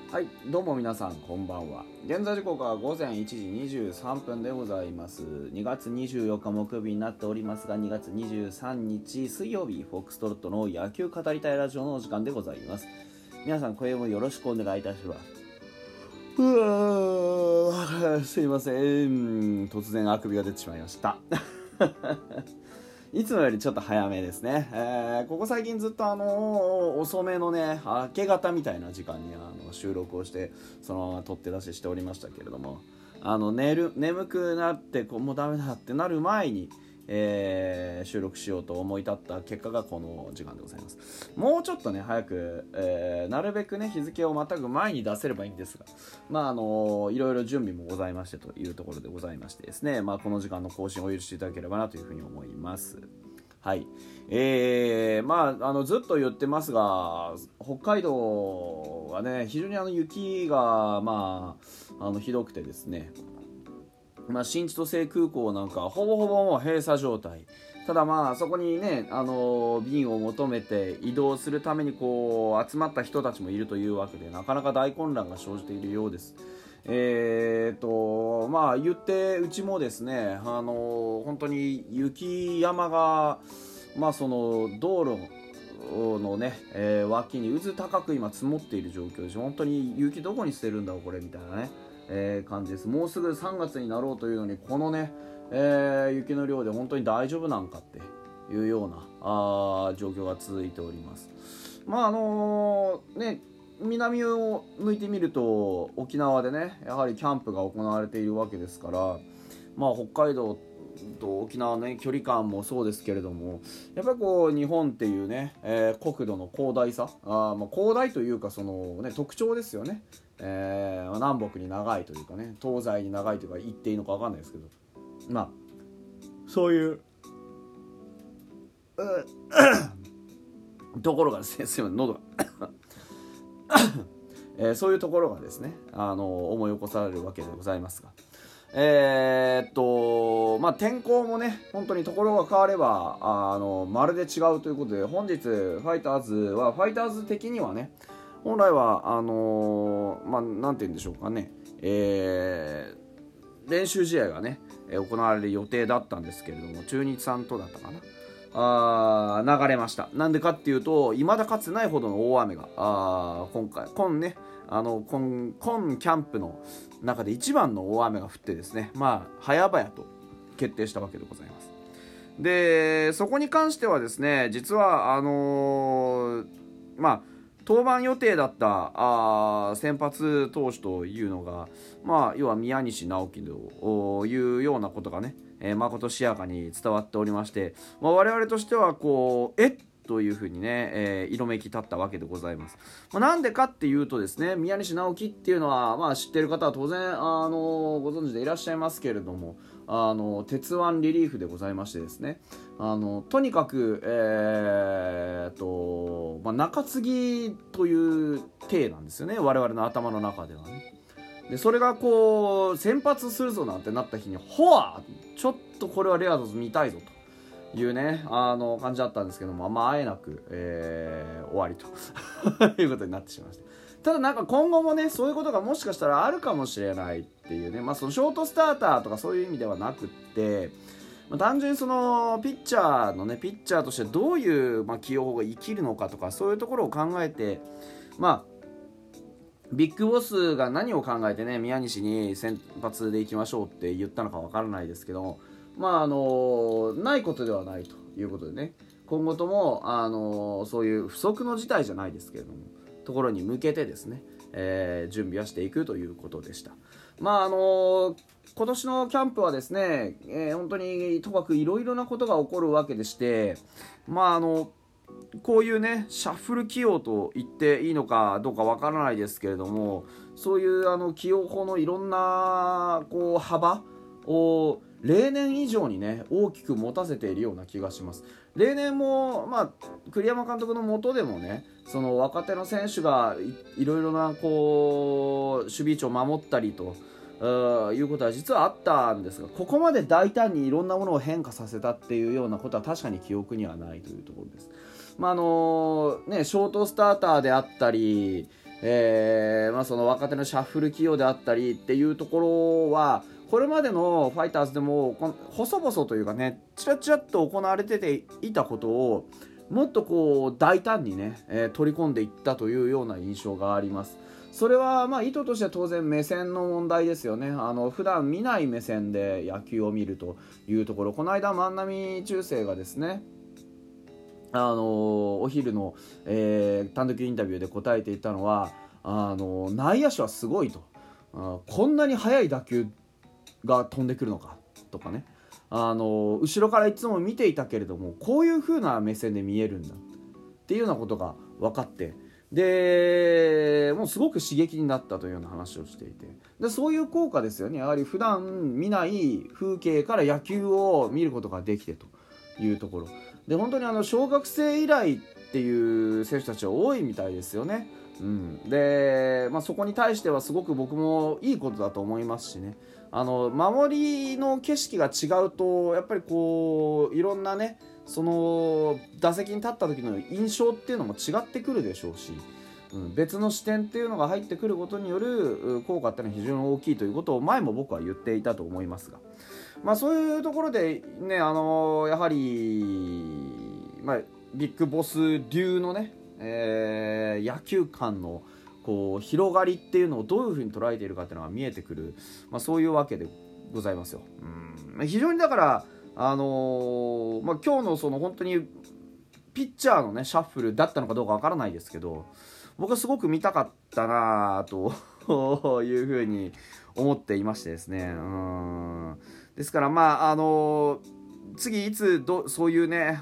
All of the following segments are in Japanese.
はい、どうも皆さんこんばんは。現在時刻は午前1時23分でございます。2月24日木曜日になっておりますが、2月23日水曜日、フォックストロットの野球語りたいラジオのお時間でございます。皆さん、声もよろしくお願いいたします。すいません。突然あくびが出てしまいました。いつもよりちょっと早めですね。ここ最近ずっと遅めのね、明け方みたいな時間に収録をしてそのまま撮って出ししておりましたけれども、眠くなってもうダメだってなる前に、収録しようと思い立った結果がこの時間でございます。もうちょっとね早く、なるべくね日付をまたぐ前に出せればいいんですが、いろいろ準備もございましてというところでございましてですね、この時間の更新をお許しいただければなというふうに思います。はい、ずっと言ってますが、北海道はね非常に雪がひどくてですね、新千歳空港なんかほぼほぼもう閉鎖状態。ただそこにね、便を求めて移動するために集まった人たちもいるというわけで、なかなか大混乱が生じているようです。言ってうちもですね、本当に雪山がその道路のね、脇に渦高く今積もっている状況です。本当に雪どこに捨てるんだこれみたいなね、感じです。もうすぐ3月になろうというのにこのね、雪の量で本当に大丈夫なんかっていうような状況が続いております。南を向いてみると沖縄でねやはりキャンプが行われているわけですから、北海道と沖縄の、ね、距離感もそうですけれども、やっぱり日本っていうね、国土の広大さ、広大というかその、ね、特徴ですよね。南北に長いというかね、東西に長いというか言っていいのか分かんないですけど、そういうところがですね、すいません喉がそういうところがですね思い起こされるわけでございますが、天候もね本当にところが変わればまるで違うということで、本日ファイターズ的にはね本来はなんて言うんでしょうかね、練習試合がね行われる予定だったんですけれども、中日さんとだったかな流れました。なんでかっていうと、未だかつてないほどの大雨が今キャンプの中で一番の大雨が降ってですね、早々と決定したわけでございます。でそこに関してはですね、実は登板予定だった先発投手というのが、要は宮西直樹というようなことがね、まことしやかに伝わっておりまして、我々としてはというふうにね、色めき立ったわけでございます。なんでかっていうとですね、宮西直樹っていうのは、知っている方は当然ご存知でいらっしゃいますけれども、鉄腕リリーフでございましてですね、とにかく、中継ぎという体なんですよね、我々の頭の中ではね。でそれが先発するぞなんてなった日にちょっとこれはレアードズ見たいぞというね感じだったんですけども、あえなく、終わりということになってしまいました。ただ今後もねそういうことがもしかしたらあるかもしれないっていうね、そのショートスターターとかそういう意味ではなくって、単純にそのピッチャーとしてどういう、起用法が生きるのかとかそういうところを考えて、ビッグボスが何を考えてね宮西に先発でいきましょうって言ったのかわからないですけども、ないことではないということでね、今後ともそういう不測の事態じゃないですけれどもところに向けてですね、準備はしていくということでした。今年のキャンプはですね、本当にとかくいろいろなことが起こるわけでして、こういうねシャッフル起用と言っていいのかどうかわからないですけれども、そういう起用法のいろんな幅を例年以上にね大きく持たせているような気がします。例年も栗山監督の下でもね、その若手の選手がいろいろな守備位置を守ったりということは実はあったんですが、ここまで大胆にいろんなものを変化させたっていうようなことは確かに記憶にはないというところです。ショートスターターであったり、 その若手のシャッフル起用であったりっていうところはこれまでのファイターズでも細々というかねちらちらっと行われていたことをもっとこう大胆にね、取り込んでいったというような印象があります。それは意図としては当然目線の問題ですよね。普段見ない目線で野球を見るというところ、この間万波中正がですねお昼の、単独インタビューで答えていたのは内野手はすごいと、こんなに速い打球が飛んでくるのかとかね、後ろからいつも見ていたけれどもこういう風な目線で見えるんだっていうようなことが分かって、でもうすごく刺激になったというような話をしていて、でそういう効果ですよね。やはり普段見ない風景から野球を見ることができてというところで、本当に小学生以来っていう選手たちは多いみたいですよね。で、そこに対してはすごく僕もいいことだと思いますしね。守りの景色が違うとやっぱりこういろんなねその打席に立った時の印象っていうのも違ってくるでしょうし、別の視点っていうのが入ってくることによる効果っていうのは非常に大きいということを前も僕は言っていたと思いますが、そういうところでねやはり、ビッグボス流のね、野球観のこう広がりっていうのをどういうふうに捉えているかっていうのが見えてくる、そういうわけでございますよ。非常にだから今日のその本当にピッチャーのねシャッフルだったのかどうかわからないですけど、僕はすごく見たかったなというふうに思っていましてですね。ですから次いつそういうね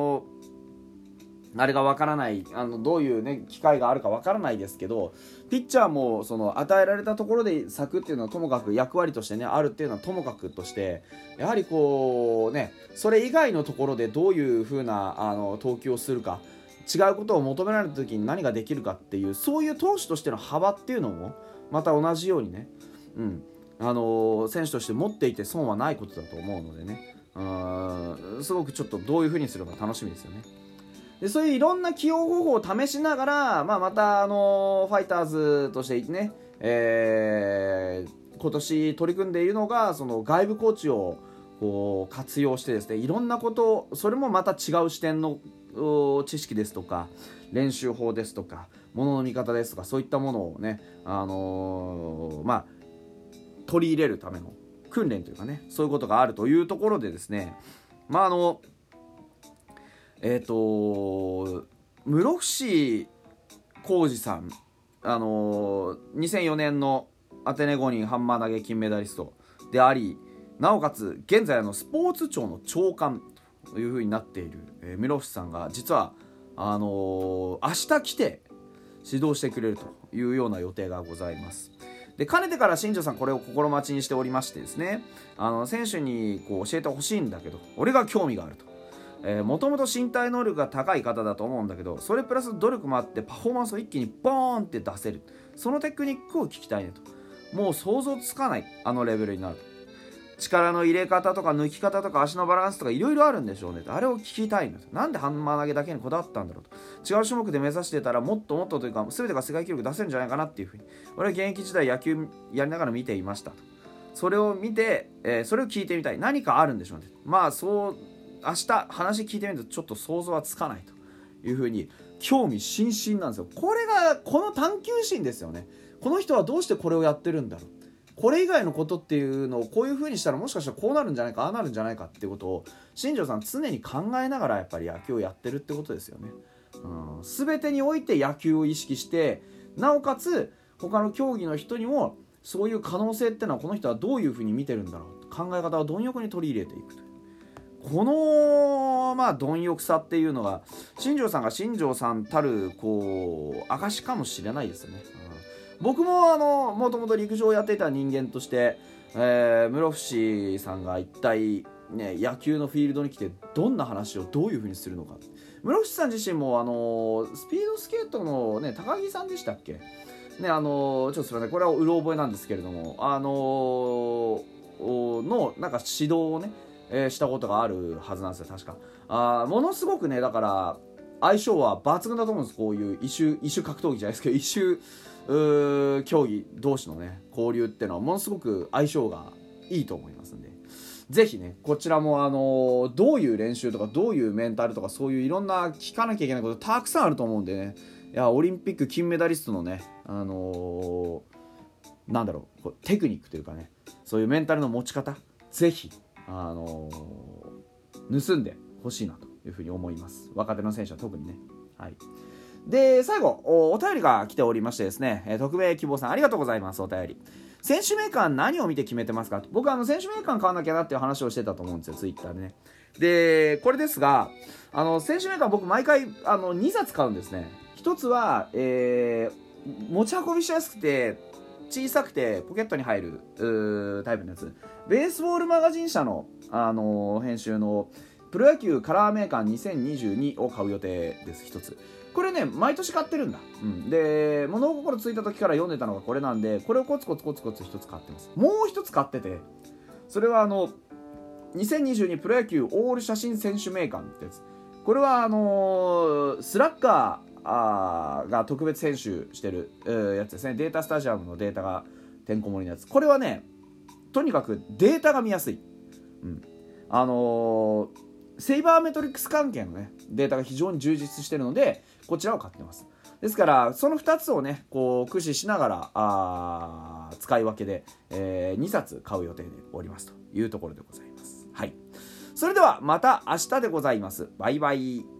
あれがわからない、どういうね機会があるかわからないですけど、ピッチャーもその与えられたところで咲くっていうのはともかく役割としてねあるっていうのはともかくとして、やはりこうねそれ以外のところでどういう風な投球をするか、違うことを求められた時に何ができるかっていう、そういう投手としての幅っていうのもまた同じようにね、選手として持っていて損はないことだと思うのでね、すごくちょっとどういう風にするか楽しみですよね。でそういういろんな起用方法を試しながら、またファイターズとしてね、今年取り組んでいるのがその外部コーチをこう活用してですね、いろんなことそれもまた違う視点の知識ですとか練習法ですとか物の見方ですとか、そういったものをね、取り入れるための訓練というかね、そういうことがあるというところでですね、室伏浩二さん、2004年のアテネ五輪ハンマー投げ金メダリストであり、なおかつ現在スポーツ庁の長官というふうになっている、室伏さんが実は明日来て指導してくれるというような予定がございます。でかねてから新庄さんこれを心待ちにしておりましてですね、選手にこう教えてほしいんだけど俺が興味があると、もともと身体能力が高い方だと思うんだけど、それプラス努力もあってパフォーマンスを一気にボーンって出せる、そのテクニックを聞きたいねと。もう想像つかないレベルになると。力の入れ方とか抜き方とか足のバランスとかいろいろあるんでしょうねと。あれを聞きたいんだと。なんでハンマー投げだけにこだわったんだろうと。違う種目で目指してたらもっともっとというか全てが世界記録出せるんじゃないかなっていうふうに、俺は現役時代野球やりながら見ていましたと。それを見て、それを聞いてみたい。何かあるんでしょうね。そう明日話聞いてみるとちょっと想像はつかないというふうに興味津々なんですよ。これがこの探求心ですよね。この人はどうしてこれをやってるんだろう、これ以外のことっていうのをこういう風にしたらもしかしたらこうなるんじゃないかああなるんじゃないかっていうことを新庄さん常に考えながらやっぱり野球をやってるってことですよね。全てにおいて野球を意識して、なおかつ他の競技の人にもそういう可能性ってのはこの人はどういう風に見てるんだろう、考え方を貪欲に取り入れていくという、この貪欲さっていうのが新庄さんが新庄さんたるこう証かもしれないですよね。僕ももともと陸上をやっていた人間として、室伏さんが一体、ね、野球のフィールドに来てどんな話をどういう風にするのか。室伏さん自身もスピードスケートの、ね、高木さんでしたっけ、ね、ちょっとすみません、これはうろ覚えなんですけれども、のなんか指導をね、したことがあるはずなんですよ確か。ものすごくね、だから相性は抜群だと思うんです。こういう異種格闘技じゃないですけど、異種競技同士のね交流っていうのはものすごく相性がいいと思いますんで、ぜひねこちらもどういう練習とかどういうメンタルとかそういういろんな聞かなきゃいけないことたくさんあると思うんでね、いやオリンピック金メダリストのねなんだろう、テクニックというかね、そういうメンタルの持ち方ぜひ盗んでほしいなというふうに思います。若手の選手は特にね。はい。で最後お便りが来ておりましてですね、匿名希望さんありがとうございます。お便り、選手名鑑何を見て決めてますか。僕選手名鑑買わなきゃなっていう話をしてたと思うんですよ、ツイッターでね。でこれですが選手名鑑僕毎回2冊買うんですね。一つは、持ち運びしやすくて小さくてポケットに入るタイプのやつ、ベースボールマガジン社の、編集のプロ野球カラー名鑑2022を買う予定です。一つこれね毎年買ってるんだ、で物心ついた時から読んでたのがこれなんで、これをコツコツ一つ買ってます。もう一つ買ってて、それは2022プロ野球オール写真選手名鑑ってやつ。これはスラッガーが特別編集してるやつですね。データスタジアムのデータがてんこ盛りのやつ。これはねとにかくデータが見やすい、セイバーメトリックス関係のねデータが非常に充実しているのでこちらを買ってます。ですからその2つをねこう駆使しながら使い分けで、2冊買う予定でおりますというところでございます。はい、それではまた明日でございます。バイバイ。